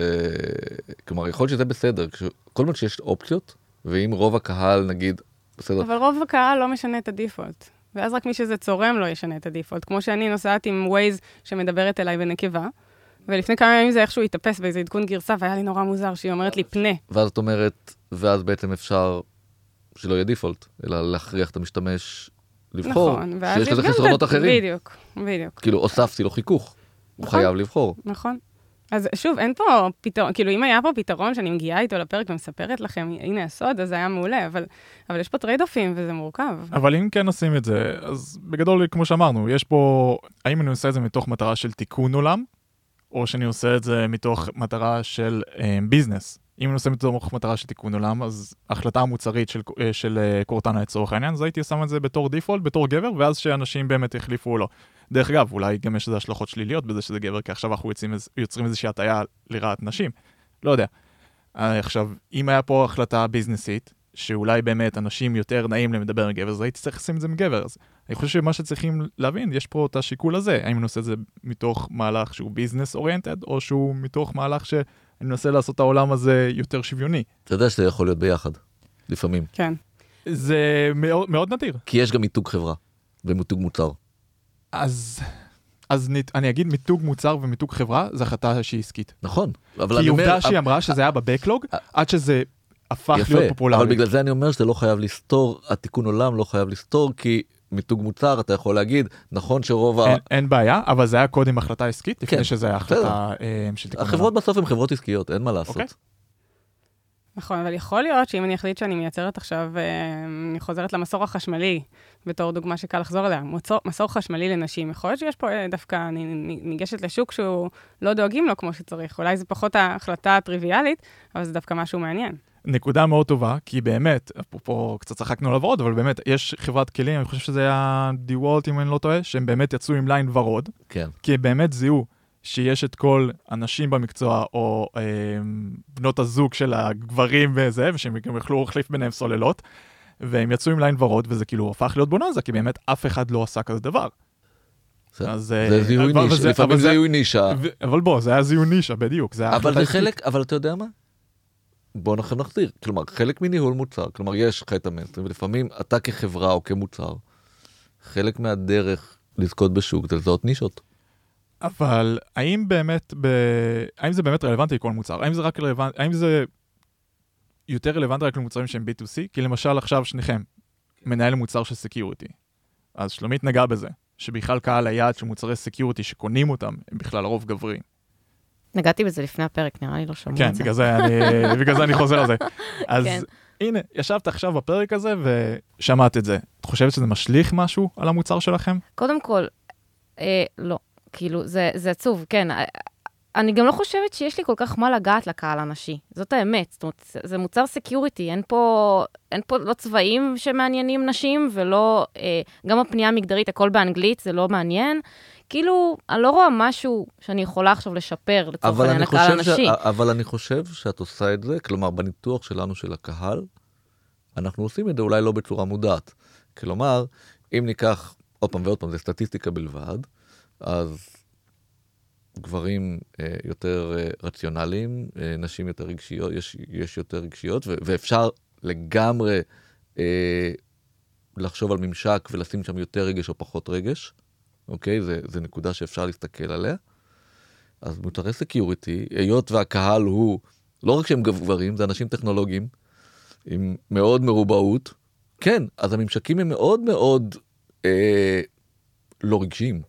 כלומר, יכול להיות שזה בסדר, כל פעם שיש אופציות, ואם רוב הקהל, נגיד, בסדר. אבל רוב הקהל לא משנה את הדיפולט, ואז רק מי שזה צורם לא ישנה את הדיפולט, כמו שאני נוסעת עם ווייז שמדברת אליי בנקבה, ולפני כמה ימים זה איכשהו התאפס באיזה עדכון גרסה, והיה לי נורא מוזר שהיא אומרת לי פנה. ואז את אומרת, ואז בעצם אפשר שלא יהיה דיפולט, אלא להכריח את המשתמש לבחור, נכון, שיש לזה חסרונות אחרים. בדיוק, בדיוק. כאילו, הוספתי לו חיכוך, הוא חייב לבחור. נכון. אז שוב, אין פה פתרון, כאילו אם היה פה פתרון שאני מגיעה איתו לפרק ומספרת לכם, הנה הסוד, אז זה היה מעולה, אבל, אבל יש פה טרייד-אופים וזה מורכב. אבל אם כן עושים את זה, אז בגדול, כמו שאמרנו, יש פה, האם אני עושה את זה מתוך מטרה של תיקון עולם, או שאני עושה את זה מתוך מטרה של אה, ביזנס. אם אני עושה מתוך מטרה של תיקון עולם, אז החלטה המוצרית של, אה, של אה, קורטנה לצורך העניין, אז הייתי שם את זה בתור דיפולט, בתור גבר, ואז שאנשים באמת יחליפו או לא. דרך אגב, אולי גם יש איזה השלכות שליליות בזה שזה גבר, כי עכשיו אנחנו יוצאים, יוצרים איזושהי הטיה לרעת נשים. לא יודע. עכשיו, אם היה פה החלטה ביזנסית, שאולי באמת אנשים יותר נעים להם לדבר עם גבר, אז הייתי צריך לשים את זה מגבר. אז אני חושב שמה שצריכים להבין, יש פה את השיקול הזה. האם אני עושה את זה מתוך מהלך שהוא ביזנס אוריינטד, או שהוא מתוך מהלך שאני מנסה לעשות את העולם הזה יותר שוויוני. אתה יודע שזה יכול להיות ביחד, לפעמים. כן. זה מאוד, מאוד נדיר. כי יש גם מיתוג חברה ומיתוג מוצר. אז, אז אני אגיד מיתוג מוצר ומיתוג חברה, זה החלטה שהיא עסקית. נכון. כי עובדה שהיא אמרה שזה היה בבקלוג, עד שזה הפך להיות פופולרי. אבל בגלל זה אני אומר שזה לא חייב לסתור, התיקון עולם לא חייב לסתור, כי מיתוג מוצר, אתה יכול להגיד, נכון שרוב ה... אין בעיה, אבל זה היה קודם החלטה עסקית, לפני שזה היה החלטה של תיקון עולם. החברות בסוף הן חברות עסקיות, אין מה לעשות. נכון, אבל יכול להיות שאם אני אחליט שאני מייצרת עכשיו, אני חוזרת למסור החשמלי, בתור דוגמה שקל לחזור אליה, מסור, מסור חשמלי לנשים. יכול להיות שיש פה דווקא, אני ניגשת לשוק שהוא לא דואגים לו כמו שצריך. אולי זה פחות ההחלטה הטריוויאלית, אבל זה דווקא משהו מעניין. נקודה מאוד טובה, כי באמת, פה קצת צחקנו עליו ורוד, אבל באמת, יש חברת כלים, אני חושב שזה היה דיוולט, אם אני לא טועה, שהם באמת יצאו עם ליין ורוד, כן. כי באמת זיהו שיש את כל הנשים במקצוע, או אה, בנות הזוג של הגברים וזה, ושהם גם יכלו להחליף ביניהם סוללות, והם יצאו עם ליין ורוד, וזה כאילו הפך להיות בוננזה, כי באמת אף אחד לא עשה כזה דבר. זה זיהוי נישה, לפעמים זה זיהוי נישה. אבל בוא, זה היה זיהוי נישה, בדיוק. אבל זה חלק, אבל אתה יודע מה? בואו נחם נחזיר. כלומר, חלק מניהול מוצר, כלומר, יש חטא המיינסטרים, ולפעמים אתה כחברה או כמוצר, חלק מהדרך לזכות בשוק, זה לזהות נישות. אבל האם באמת, ב... האם זה באמת רלוונטי לכל מוצר? האם זה רק רלוונטי, האם זה יותר רלוונטי רק למוצרים שהם בי טו סי? כי למשל עכשיו שניכם, מנהל מוצר של סקיוריטי. אז שלומית נגע בזה, שבכלל קהל היעד של מוצרי סקיוריטי שקונים אותם, הם בכלל הרוב גברים. נגעתי בזה לפני הפרק, נראה לי לא שמעו כן, את זה. בגלל זה אני, בגלל זה אני חוזר על זה. אז כן. הנה, ישבת עכשיו בפרק הזה ושמעת את זה. את חושבת שזה משליך משהו על המוצר שלכם? קודם כל, אה, לא. כאילו, זה, זה עצוב, כן. אני גם לא חושבת שיש לי כל כך מה לגעת לקהל הנשי. זאת האמת. זאת אומרת, זה מוצר סקיוריטי. אין פה, אין פה לא צבעים שמעניינים נשים, ולא, אה, גם הפנייה המגדרית, הכל באנגלית, זה לא מעניין. כאילו, אני לא רואה משהו שאני יכולה עכשיו לשפר לצורך העניין לקהל הנשי. ש... אבל אני חושב שאת עושה את זה, כלומר, בניתוח שלנו של הקהל, אנחנו עושים את זה אולי לא בצורה מודעת. כלומר, אם ניקח, עוד פעם ועוד פעם, זה סטטיסטיקה בלבד, אז גברים אה, יותר אה, רציונליים, אה, נשים יותר רגשיות, יש, יש יותר רגשיות, ו- ואפשר לגמרי אה, לחשוב על ממשק ולשים שם יותר רגש או פחות רגש, אוקיי? זה, זה נקודה שאפשר להסתכל עליה. אז מוצרי סקיוריטי, היות והקהל הוא, לא רק שהם גברים, זה אנשים טכנולוגיים, עם מאוד מרובעות, כן, אז הממשקים הם מאוד מאוד אה, לא רגשיים.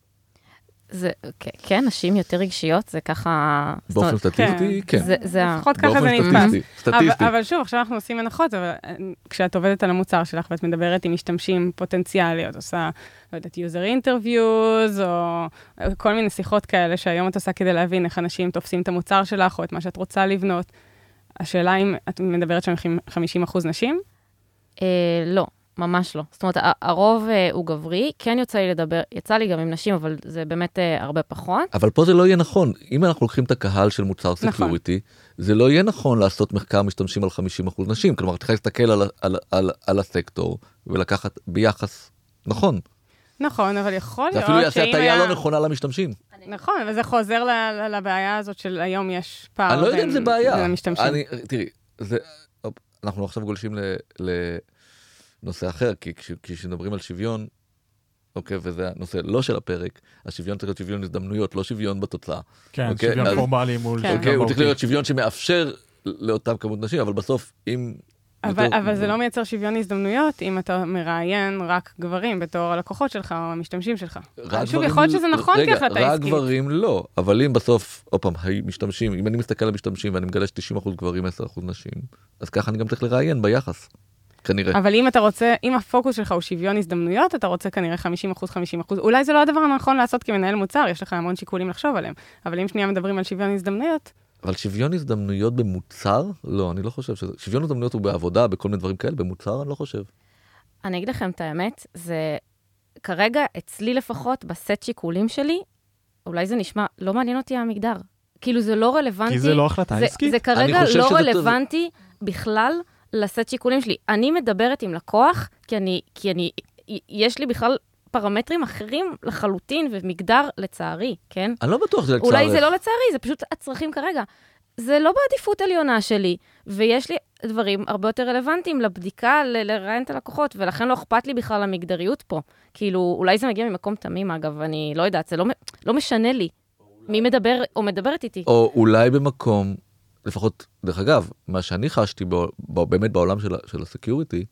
זה, כן, נשים יותר רגשיות, זה ככה... באופן סטטיסטי, כן. זה, זה לפחות ככה זה נתפס. סטטיסטי, סטטיסטי. אבל, אבל שוב, עכשיו אנחנו עושים הנחות, אבל כשאת עובדת על המוצר שלך ואת מדברת עם משתמשים פוטנציאליות, עושה, לא יודעת, user interviews, או כל מיני שיחות כאלה שהיום את עושה כדי להבין איך אנשים תופסים את המוצר שלך, או את מה שאת רוצה לבנות. השאלה אם את מדברת שם חמישים אחוז נשים? אה, לא. ממש לא. זאת אומרת, הרוב הוא גברי, כן יוצא לי לדבר, יצא לי גם עם נשים, אבל זה באמת הרבה פחות. אבל פה זה לא יהיה נכון. אם אנחנו לוקחים את הקהל של מוצר סקיוריטי, זה לא יהיה נכון לעשות מחקר משתמשים על חמישים אחוז נשים. כלומר, צריך להסתכל על, על, על, על הסקטור, ולקחת ביחס נכון. נכון, אבל יכול להיות שאם... זה אפילו יעשה הטעיה לא נכונה למשתמשים. נכון, וזה חוזר לבעיה הזאת של היום יש פער. אני לא יודע אם זה בעיה. המשתמשים. תראי, אנחנו עכשיו גולשים ל... נושא אחר, כי כשנדברים על שוויון, אוקיי, וזה הנושא לא של הפרק, השוויון צריך להיות שוויון הזדמנויות, לא שוויון בתוצאה. כן, שוויון פורמלי מול שוויון מהותי. הוא צריך להיות שוויון שמאפשר לאותם כמות נשים, אבל בסוף, אם... אבל זה לא מייצר שוויון הזדמנויות, אם אתה מראיין רק גברים בתור הלקוחות שלך, או המשתמשים שלך. שוב, יכול להיות שזה נכון ככה, אתה עסקית. רק גברים לא, אבל אם בסוף, עוד פעם, משתמשים, אם אני מסתכל על המשתמשים, ואני מגלה ש-תשעים אחוז גברים, עשרה אחוז נשים, אז ככה אני גם צריך לראיין ביחס. כנראה. אבל אם אתה רוצה, אם הפוקוס שלך הוא שוויון הזדמנויות, אתה רוצה כנראה חמישים אחוז, חמישים אחוז. אולי זה לא הדבר הנכון לעשות כמנהל מוצר, יש לך המון שיקולים לחשוב עליהם. אבל אם שנייה מדברים על שוויון הזדמנויות... אבל שוויון הזדמנויות במוצר? לא, אני לא חושב שזה... שוויון הזדמנויות הוא בעבודה, בכל מיני דברים כאלה, במוצר אני לא חושב. אני אגיד לכם את האמת, זה כרגע אצלי לפחות, בסט שיקולים שלי, אולי זה נשמע, לא מעניין אותי המגדר. כאילו זה לא רלוונטי. כי זה לא החלטה עסקית. זה כרגע לא רלוונטי בכלל לסט שיקולים שלי. אני מדברת עם לקוח, כי אני, כי אני, יש לי בכלל פרמטרים אחרים לחלוטין, ומגדר לצערי, כן? אני לא בטוח שזה לצערי. אולי זה לא לצערי, זה פשוט הצרכים כרגע. זה לא בעדיפות עליונה שלי, ויש לי דברים הרבה יותר רלוונטיים לבדיקה, לראיין את הלקוחות, ולכן לא אכפת לי בכלל המגדריות פה. כאילו, אולי זה מגיע ממקום תמים, אגב, אני לא יודעת, זה לא, לא משנה לי מי מדבר או מדברת איתי. או אולי במקום, לפחות, דרך אגב, מה שאני חשתי בו, באמת בעולם של, של הסקיוריטי,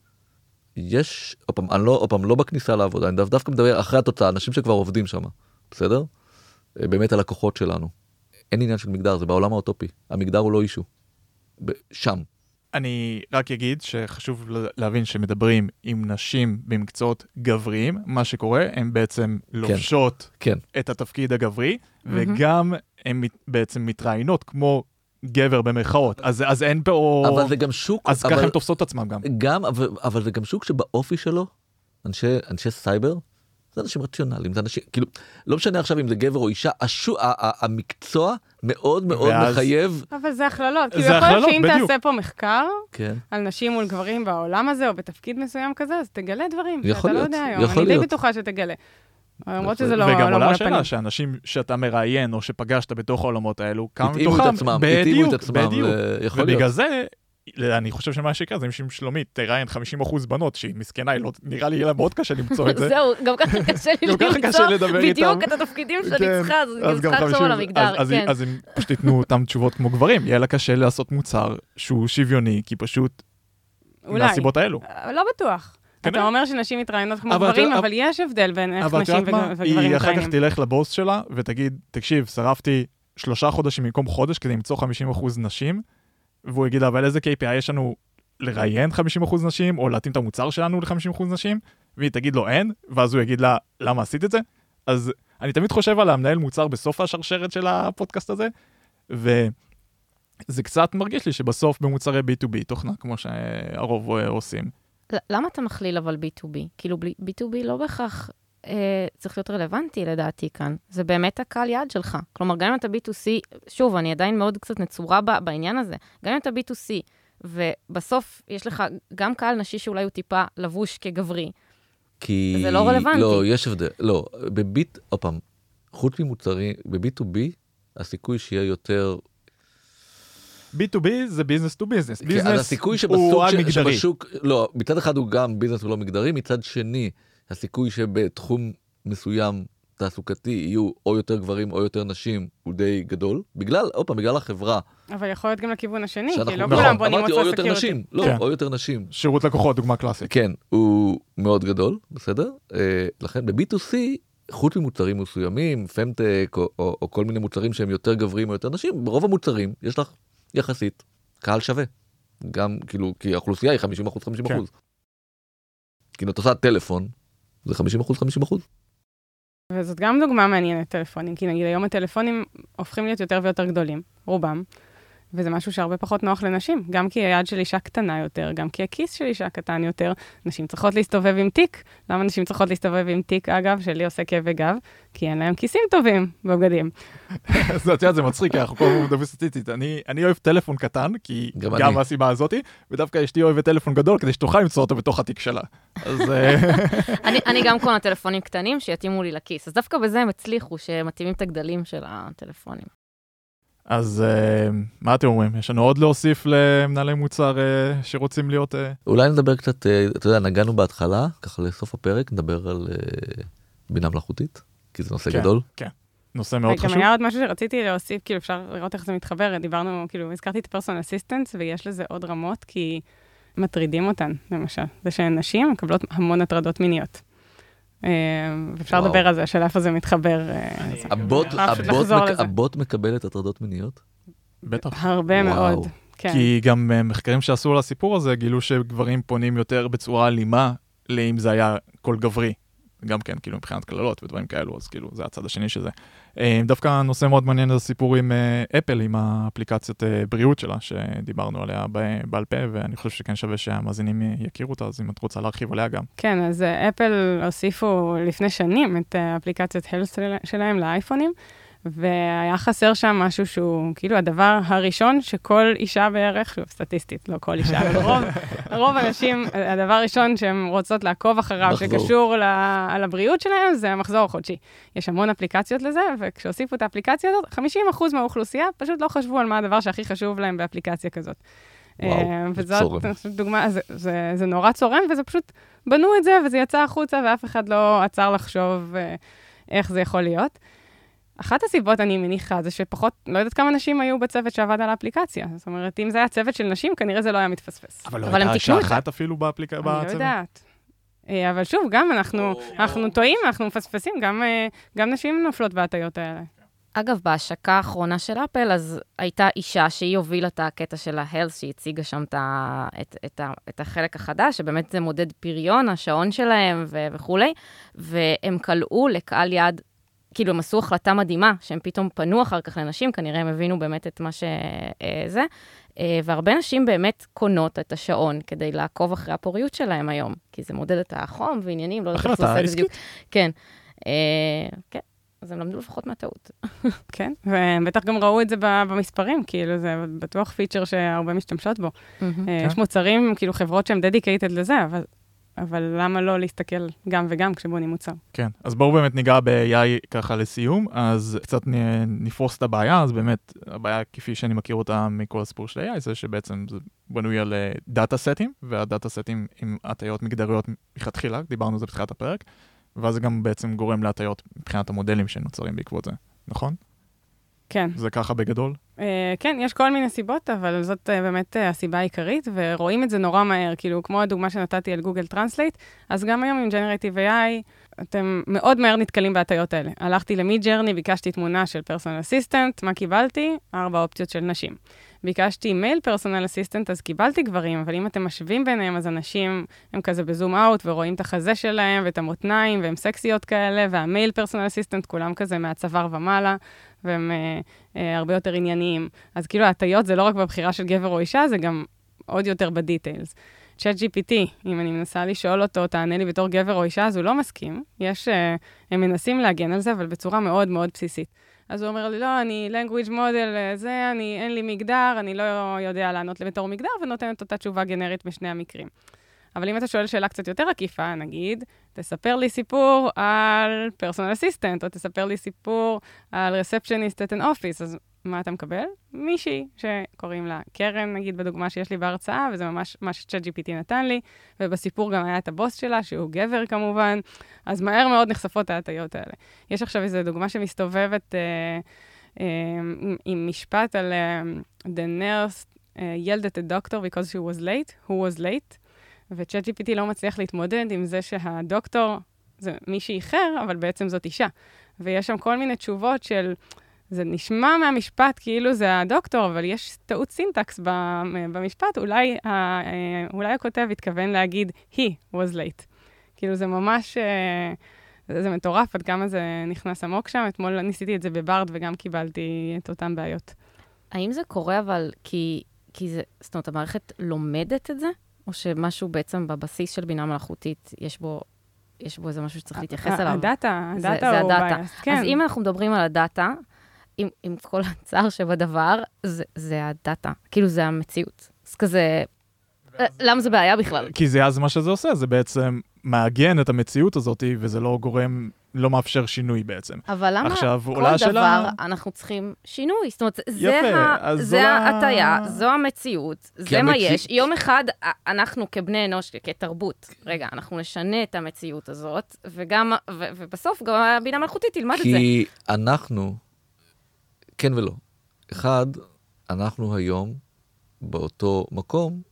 יש, אופם, אני לא, אופם, לא בכניסה לעבודה, אני דווקא מדבר אחרי התוצאה, אנשים שכבר עובדים שם, בסדר? באמת הלקוחות שלנו. אין עניין של מגדר, זה בעולם האוטופי. המגדר הוא לא אישו. שם. אני רק אגיד שחשוב להבין שמדברים עם נשים במקצועות גבריים, מה שקורה, הן בעצם לובשות כן. את התפקיד הגברי, mm-hmm. וגם הן בעצם מתראיינות כמו גבר במרכאות. אז, אז אין פה... אבל זה גם שוק... אז אבל... ככה הן תופסות עצמם גם. גם, אבל, אבל זה גם שוק שבאופי שלו, אנשי, אנשי סייבר, זה אנשים רציונליים, זה אנשים, כאילו, לא משנה עכשיו אם זה גבר או אישה, השו, ה, ה, המקצוע מאוד מאוד ואז... מחייב. אבל זה הכללות, כאילו יכול להיות שאם תעשה פה מחקר, כן. על נשים מול גברים בעולם הזה, או בתפקיד מסוים כזה, אז תגלה דברים, שאתה להיות, לא יודע היום, אני די בטוחה שתגלה. למרות שזה לא... וגם עולה השאלה שאנשים שאתה מראיין, או שפגשת בתוך העולמות האלו, כמה מתוכם, בדיוק, בדיוק, ובגלל זה, אני חושב שמה שיקרה זה עם שלומית, תראיין חמישים אחוז בנות, שהיא מסכנה, נראה לי יהיה לה מאוד קשה למצוא את זה. זהו, גם ככה קשה לי למצוא בדיוק את התפקידים שאני צריכה, אז אני צריכה לחשוב על המגדר. אז אם פשוט תיתנו אותם תשובות כמו גברים, יהיה לה קשה לעשות מוצר שהוא שוויוני, כי פשוט מהסיבות האלו. לא בטוח. אתה אומר שנשים מתראיינות כמו גברים, אבל יש הבדל בין איך נשים וגברים מתראיינים. היא אחר כך תלך לבוס שלה ותגיד, תקשיב, שרפתי שלושה חודשים במקום חודש כדי למצוא חמישים אחוז נשים, והוא יגיד, אבל איזה קיי פי איי יש לנו לראיין חמישים אחוז נשים, או להתאים את המוצר שלנו ל-חמישים אחוז נשים, והיא תגיד לו אין, ואז הוא יגיד לה, למה עשית את זה? אז אני תמיד חושב על המנהל מוצר בסוף השרשרת של הפודקאסט הזה, וזה קצת מרגיש לי שבסוף במוצרי בי טו בי, תוכנה, כמו שהרוב עושים. למה אתה מכליל אבל בי טו בי? כאילו בי טו בי לא בהכרח אה, צריך להיות רלוונטי לדעתי כאן. זה באמת הקהל יעד שלך. כלומר, גם אם אתה בי טו סי, שוב, אני עדיין מאוד קצת נצורה בעניין הזה, גם אם אתה בי טו סי, ובסוף יש לך גם קהל נשי שאולי הוא טיפה לבוש כגברי, כי... זה לא רלוונטי. לא, יש הבדל. לא, בביט, עוד פעם, חוץ ממוצרים, ב-בי טו בי, הסיכוי שיהיה יותר... בי טו בי זה ביזנס טו ביזנס. ביזנס הוא על מגדרי. שבשוק, לא, מצד אחד הוא גם ביזנס הוא לא מגדרי, מצד שני, הסיכוי שבתחום מסוים תעסוקתי יהיו או יותר גברים או יותר נשים הוא די גדול, בגלל, עוד פעם, בגלל החברה. אבל יכול להיות גם לכיוון השני, כי לא נכון, כולם בונים אמרתי, מוצר או יותר סקיורטי. נשים, לא, כן. או יותר נשים. שירות לקוחות, דוגמה קלאסית. כן, הוא מאוד גדול, בסדר? אה, לכן ב-בי טו סי, חוץ ממוצרים מסוימים, פמטק או, או, או כל מיני מוצרים שהם יותר גברים או יותר נשים, ברוב המוצרים יש לך יחסית קהל שווה. גם, כאילו, כי האוכלוסייה היא חמישים אחוז חמישים אחוז. כן. כאילו, אתה עושה טלפון, זה חמישים אחוז חמישים אחוז. וזאת גם דוגמה מעניינת, טלפונים, כי נגיד היום הטלפונים הופכים להיות יותר ויותר גדולים, רובם, וזה משהו שהרבה פחות נוח לנשים, גם כי היד של אישה קטנה יותר, גם כי הכיס של אישה קטן יותר, נשים צריכות להסתובב עם תיק. למה נשים צריכות להסתובב עם תיק, אגב, שלי עושה כאבי גב? כי אין להם כיסים טובים בבגדים. זה מצחיק, אנחנו כל הזמן מדברים סטטיסטית. אני אוהב טלפון קטן, כי גם מהסיבה הזאת, ודווקא אשתי אוהבת טלפון גדול, כדי שתוכל למצוא אותו בתוך התיק שלה. אני גם קונה טלפונים קטנים שיתאימו לי לכיס. אז דווקא בזה הם הצליחו, שמתאימים את הגדלים של הטלפונים. אז uh, מה אתם אומרים? יש לנו עוד להוסיף למנהלי מוצר uh, שרוצים להיות... Uh... אולי נדבר קצת, uh, אתה יודע, נגענו בהתחלה, ככה לסוף הפרק, נדבר על uh, בינה מלאכותית, כי זה נושא כן, גדול. כן, נושא מאוד חשוב. גם היה עוד משהו שרציתי להוסיף, כאילו אפשר לראות איך זה מתחבר, דיברנו, כאילו הזכרתי את פרסונל אסיסטנס, ויש לזה עוד רמות, כי מטרידים אותן, למשל. זה שנשים מקבלות המון הטרדות מיניות. ואפשר לדבר על זה, השאלה איפה זה מתחבר. הבוט מקבל את הטרדות מיניות? בטח. הרבה מאוד. כי גם מחקרים שעשו על הסיפור הזה, גילו שגברים פונים יותר בצורה אלימה, לאם זה היה קול גברי. גם כן, כאילו, מבחינת כללות ודברים כאלו, אז כאילו, זה הצד השני שזה. דווקא נושא מאוד מעניין זה סיפור עם אפל, עם האפליקציית בריאות שלה, שדיברנו עליה בעל פה, ואני חושב שכן שווה שהמאזינים יכירו אותה, אז אם את רוצה להרחיב עליה גם. כן, אז אפל הוסיפו לפני שנים את האפליקציית הלס שלהם לאייפונים, והיה חסר שם משהו שהוא כאילו הדבר הראשון שכל אישה בערך, שוב, סטטיסטית, לא כל אישה, אבל רוב, רוב אנשים, הדבר הראשון שהם רוצות לעקוב אחריו, שקשור על הבריאות שלהם, זה המחזור החודשי. יש המון אפליקציות לזה, וכשהוסיפו את האפליקציה הזאת, חמישים אחוז מהאוכלוסייה פשוט לא חשבו על מה הדבר שהכי חשוב להם באפליקציה כזאת. וואו, וזאת דוגמה, זה, זה, זה נורא צורם, וזה פשוט בנו את זה, וזה יצא החוצה, ואף אחד לא עצר לחשוב איך זה יכול להיות. אחת הסיבות, אני מניחה, זה שפחות, לא יודעת כמה נשים היו בצוות שעבד על האפליקציה. זאת אומרת, אם זה היה צוות של נשים, כנראה זה לא היה מתפספס. אבל לא הייתה אישה אחת אפילו בצוות? אני לא יודעת. אבל שוב, גם אנחנו, אנחנו טועים, אנחנו מפספסים, גם, גם נשים נופלות בהטיות האלה. אגב, בהשקה האחרונה של אפל, אז הייתה אישה שהיא הובילה את הקטע של ההלס, שהיא הציגה שם את, את, את, את החלק החדש, שבאמת זה מודד פריון, השעון שלהם ו- וכולי, והם קלעו לקהל יעד, כאילו הם עשו החלטה מדהימה, שהם פתאום פנו אחר כך לנשים, כנראה הם הבינו באמת את מה שזה, והרבה נשים באמת קונות את השעון כדי לעקוב אחרי הפוריות שלהם היום, כי זה מודד את החום ועניינים, לא יודעת איך לעשות את זה בדיוק. כן, כן. אז הם למדו לפחות מהטעות. כן, ובטח גם ראו את זה במספרים, כאילו זה בטוח פיצ'ר שהרבה משתמשות בו. יש מוצרים, כאילו חברות שהן דדיקייטד לזה, אבל... אבל למה לא להסתכל גם וגם כשבונים מוצר? כן, אז בואו באמת ניגע ב-איי איי ככה לסיום, אז קצת נפרוס את הבעיה, אז באמת הבעיה כפי שאני מכיר אותה מכל הסיפור של איי איי, זה שבעצם זה בנוי על דאטה סטים, והדאטה סטים עם הטיות מגדריות מלכתחילה, דיברנו על זה בתחילת הפרק, ואז זה גם בעצם גורם להטיות מבחינת המודלים שנוצרים בעקבות זה, נכון? כן. זה ככה בגדול? Uh, כן, יש כל מיני סיבות, אבל זאת uh, באמת uh, הסיבה העיקרית, ורואים את זה נורא מהר, כאילו, כמו הדוגמה שנתתי על גוגל טרנסלייט, אז גם היום עם Generative איי איי, אתם מאוד מהר נתקלים בהטיות האלה. הלכתי למידג'רני, ביקשתי תמונה של פרסונל אסיסטנט, מה קיבלתי? ארבע אופציות של נשים. ביקשתי מייל פרסונל אסיסטנט, אז קיבלתי גברים, אבל אם אתם משווים ביניהם, אז אנשים הם כזה בזום אאוט, ורואים את החזה שלהם, ואת המותניים, והם סקסיות כאלה, והמייל פרסונל אסיסטנט, כולם כזה מהצוואר ומעלה, והם אה, אה, הרבה יותר ענייניים. אז כאילו, ההטיות זה לא רק בבחירה של גבר או אישה, זה גם עוד יותר בדיטיילס. צ'אט ג'י פי טי, אם אני מנסה לשאול אותו, תענה לי בתור גבר או אישה, אז הוא לא מסכים. יש, אה, הם מנסים להגן על זה, אבל בצורה מאוד מאוד בסיסית. אז הוא אומר לי, לא, אני language model, זה, אני, אין לי מגדר, אני לא יודע לענות בתור מגדר, ונותנת אותה תשובה גנרית בשני המקרים. אבל אם אתה שואל שאלה קצת יותר עקיפה, נגיד, תספר לי סיפור על personal assistant, או תספר לי סיפור על receptionist at an office, אז מה אתה מקבל? מישהי שקוראים לה קרן, נגיד, בדוגמה שיש לי בהרצאה, וזה ממש מה ש-צ'אט ג'י פי טי נתן לי, ובסיפור גם היה את הבוס שלה, שהוא גבר כמובן, אז מהר מאוד נחשפות ההטיות האלה. יש עכשיו איזו דוגמה שמסתובבת אה, אה, עם, עם משפט על אה, the nurse uh, yelled at the doctor because she was late, who was late, ו-צ'אט ג'י פי טי לא מצליח להתמודד עם זה שהדוקטור זה מישהי אחר, אבל בעצם זאת אישה. ויש שם כל מיני תשובות של, זה נשמע מהמשפט כאילו זה הדוקטור, אבל יש טעות סינטקס במשפט, אולי, אולי הכותב התכוון להגיד, he was late. כאילו זה ממש, זה, זה מטורף עד כמה זה נכנס עמוק שם. אתמול ניסיתי את זה בברד וגם קיבלתי את אותן בעיות. האם זה קורה אבל כי, כי זה, זאת אומרת, המערכת לומדת את זה? או שמשהו בעצם בבסיס של בינה מלאכותית, יש בו, יש בו איזה משהו שצריך להתייחס אליו? הדאטה, זה, הדאטה זה הוא הדאטה. בייס. כן. אז אם אנחנו מדברים על הדאטה, עם, עם כל הצער שבדבר, זה, זה הדאטה. כאילו זה המציאות. אז כזה, למה זה בעיה בכלל? כי זה אז מה שזה עושה, זה בעצם מעגן את המציאות הזאת, וזה לא גורם, לא מאפשר שינוי בעצם. אבל למה עכשיו, כל דבר השאלה... אנחנו צריכים שינוי? זאת אומרת, יפה, זה, ה... זה זו ההטיה, זו המציאות, זה המציא... מה יש. יום אחד אנחנו כבני אנוש, כתרבות, רגע, אנחנו נשנה את המציאות הזאת, וגם, ו... ובסוף גם הבינה מלאכותית תלמד את זה. כי אנחנו, כן ולא. אחד, אנחנו היום באותו מקום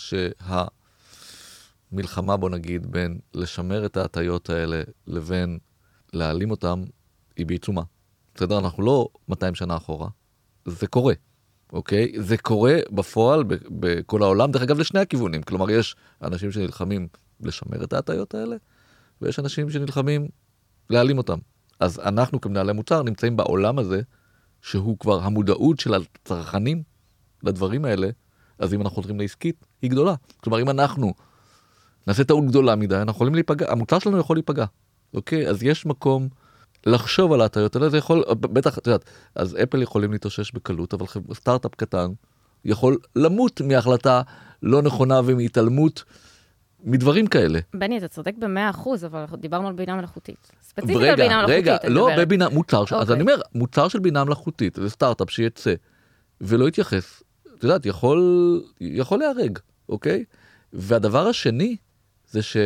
שהמלחמה, בוא נגיד, בין לשמר את ההטיות האלה לבין להעלים אותם, היא בעיצומה. בסדר? אנחנו לא מאתיים שנה אחורה. זה קורה, אוקיי? זה קורה בפועל ב- בכל העולם, דרך אגב, לשני הכיוונים. כלומר, יש אנשים שנלחמים לשמר את ההטיות האלה, ויש אנשים שנלחמים להעלים אותם. אז אנחנו כמנהלי מוצר נמצאים בעולם הזה, שהוא כבר המודעות של הצרכנים לדברים האלה, אז אם אנחנו חוזרים לעסקית, היא גדולה. כלומר, אם אנחנו נעשה טעות גדולה מדי, אנחנו יכולים להיפגע, המוצר שלנו יכול להיפגע. אוקיי? אז יש מקום לחשוב על ההטיות האלה, זה יכול, בטח, את יודעת, אז אפל יכולים להתאושש בקלות, אבל סטארט-אפ קטן יכול למות מהחלטה לא נכונה ומהתעלמות מדברים כאלה. בני, אתה צודק במאה אחוז, אבל דיברנו על בינה מלאכותית. ספציפית על בינה מלאכותית. רגע, רגע, לא בבינה, מוצר, אז אני אומר, מוצר של בינה מלאכותית, זה סטארט-אפ שיצא, ולא יתייחס, את יודעת, יכול, יכול להרג, אוקיי? והדבר השני, זה שאם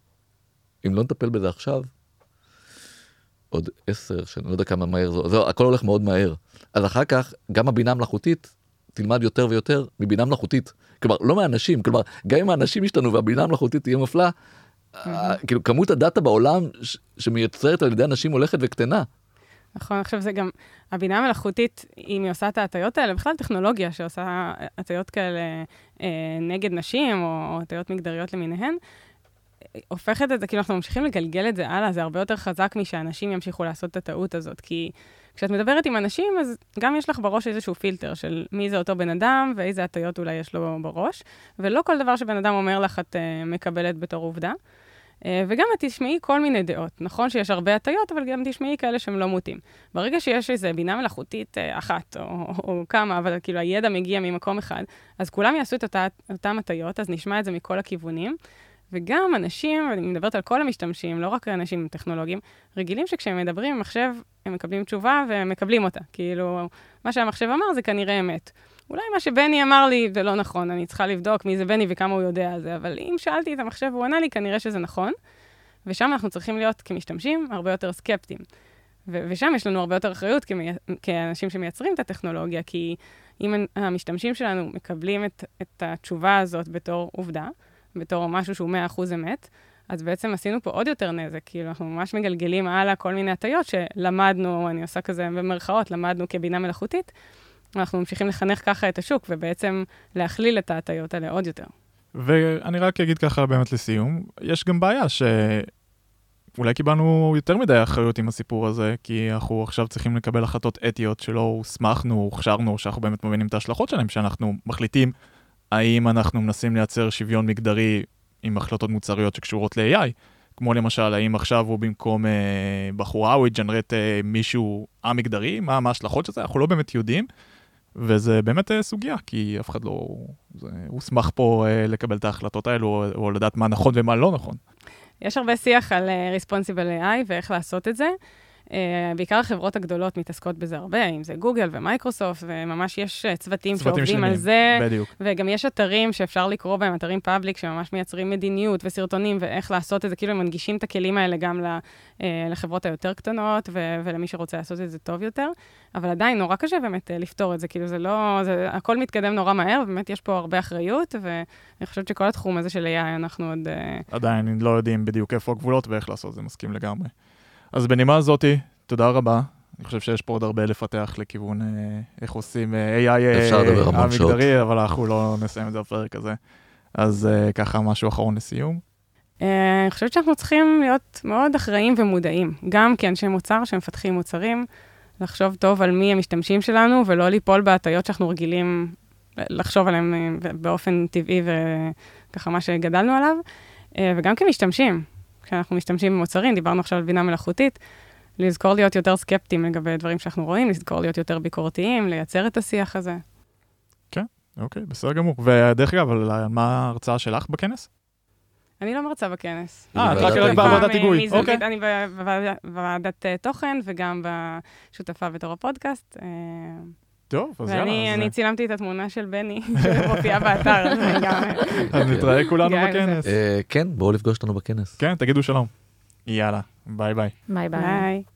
לא נטפל בזה עכשיו, עוד עשר, שאני לא יודע כמה מהר זה, זה, הכל הולך מאוד מהר. אז אחר כך, גם הבינה המלאכותית תלמד יותר ויותר מבינה מלאכותית. כלומר, לא מאנשים, כלומר, גם אם האנשים ישתנו והבינה המלאכותית תהיה מפלה, כאילו, כמות הדאטה בעולם שמייצרת על ידי אנשים הולכת וקטנה. נכון, עכשיו זה גם, הבינה המלאכותית, אם היא עושה את ההטיות האלה, בכלל טכנולוגיה שעושה הטיות כאלה אה, נגד נשים, או הטיות מגדריות למיניהן, הופכת את זה, כאילו אנחנו ממשיכים לגלגל את זה הלאה, זה הרבה יותר חזק משאנשים ימשיכו לעשות את הטעות הזאת, כי כשאת מדברת עם אנשים, אז גם יש לך בראש איזשהו פילטר של מי זה אותו בן אדם, ואיזה הטיות אולי יש לו בראש, ולא כל דבר שבן אדם אומר לך את uh, מקבלת בתור עובדה. Uh, וגם את תשמעי כל מיני דעות. נכון שיש הרבה הטיות, אבל גם תשמעי כאלה שהם לא מוטים. ברגע שיש איזו בינה מלאכותית uh, אחת, או, או, או כמה, אבל כאילו הידע מגיע ממקום אחד, אז כולם יעשו את אותה, אותם הטיות, אז נשמע את זה מכל הכיוונים. וגם אנשים, אני מדברת על כל המשתמשים, לא רק אנשים טכנולוגיים, רגילים שכשהם מדברים עם מחשב, הם מקבלים תשובה והם מקבלים אותה. כאילו, מה שהמחשב אמר זה כנראה אמת. אולי מה שבני אמר לי זה לא נכון, אני צריכה לבדוק מי זה בני וכמה הוא יודע על זה, אבל אם שאלתי את המחשב והוא ענה לי, כנראה שזה נכון. ושם אנחנו צריכים להיות כמשתמשים הרבה יותר סקפטיים. ו- ושם יש לנו הרבה יותר אחריות כמי- כאנשים שמייצרים את הטכנולוגיה, כי אם המשתמשים שלנו מקבלים את, את התשובה הזאת בתור עובדה, בתור משהו שהוא מאה אחוז אמת, אז בעצם עשינו פה עוד יותר נזק, כאילו אנחנו ממש מגלגלים הלאה כל מיני הטיות שלמדנו, אני עושה כזה במרכאות, למדנו כבינה מלאכותית, אנחנו ממשיכים לחנך ככה את השוק, ובעצם להכליל את ההטיות האלה עוד יותר. ואני רק אגיד ככה באמת לסיום, יש גם בעיה שאולי קיבלנו יותר מדי אחריות עם הסיפור הזה, כי אנחנו עכשיו צריכים לקבל החלטות אתיות שלא הוסמכנו, הוכשרנו, שאנחנו באמת מבינים את ההשלכות שלהם, שאנחנו מחליטים האם אנחנו מנסים לייצר שוויון מגדרי עם החלטות מוצריות שקשורות ל-איי איי, כמו למשל, האם עכשיו הוא במקום אה, בחורה, הוא יג'נרט אה, מישהו המגדרי, מה, מה ההשלכות של זה, אנחנו לא באמת יודעים, וזה באמת אה, סוגיה, כי אף אחד לא זה, הוסמך פה אה, לקבל את ההחלטות האלו, או, או לדעת מה נכון ומה לא נכון. יש הרבה שיח על uh, Responsible איי איי ואיך לעשות את זה. Uh, בעיקר החברות הגדולות מתעסקות בזה הרבה, אם זה גוגל ומייקרוסופט, וממש יש uh, צוותים, צוותים שעובדים שלמים. על זה. בדיוק. וגם יש אתרים שאפשר לקרוא בהם, אתרים פאבליק, שממש מייצרים מדיניות וסרטונים, ואיך לעשות את זה, כאילו הם מנגישים את הכלים האלה גם uh, לחברות היותר קטנות, ו- ולמי שרוצה לעשות את זה טוב יותר. אבל עדיין נורא קשה באמת uh, לפתור את זה, כאילו זה לא, זה, הכל מתקדם נורא מהר, ובאמת יש פה הרבה אחריות, ואני חושבת שכל התחום הזה של איי איי אנחנו עוד... Uh... עדיין לא יודעים בדיוק איפה הגבולות ואיך לעשות זה, מסכים לגמרי. אז בנימה הזאתי, תודה רבה. אני חושב שיש פה עוד הרבה לפתח לכיוון אה, איך עושים אה, איי איי אה, המגדרי, אבל אנחנו לא נסיים את זה בפרק הזה. אז אה, ככה משהו אחרון לסיום. אה, אני חושבת שאנחנו צריכים להיות מאוד אחראים ומודעים, גם כאנשי מוצר שמפתחים מוצרים, לחשוב טוב על מי המשתמשים שלנו, ולא ליפול בהטיות שאנחנו רגילים לחשוב עליהם באופן טבעי וככה מה שגדלנו עליו, אה, וגם כמשתמשים. כשאנחנו משתמשים במוצרים, דיברנו עכשיו על בינה מלאכותית, לזכור להיות יותר סקפטיים לגבי דברים שאנחנו רואים, לזכור להיות יותר ביקורתיים, לייצר את השיח הזה. כן, אוקיי, בסדר גמור. ודרך אגב, מה ההרצאה שלך בכנס? אני לא מרצה בכנס. אה, את רק רק בעבודת היגוי. אוקיי. אני בוועדת תוכן וגם בשותפה בתור הפודקאסט. טוב, אז יאללה. ואני צילמתי את התמונה של בני, שמופיעה באתר. אז נתראה כולנו בכנס. כן, בואו לפגוש אותנו בכנס. כן, תגידו שלום. יאללה, ביי ביי. ביי ביי. ביי.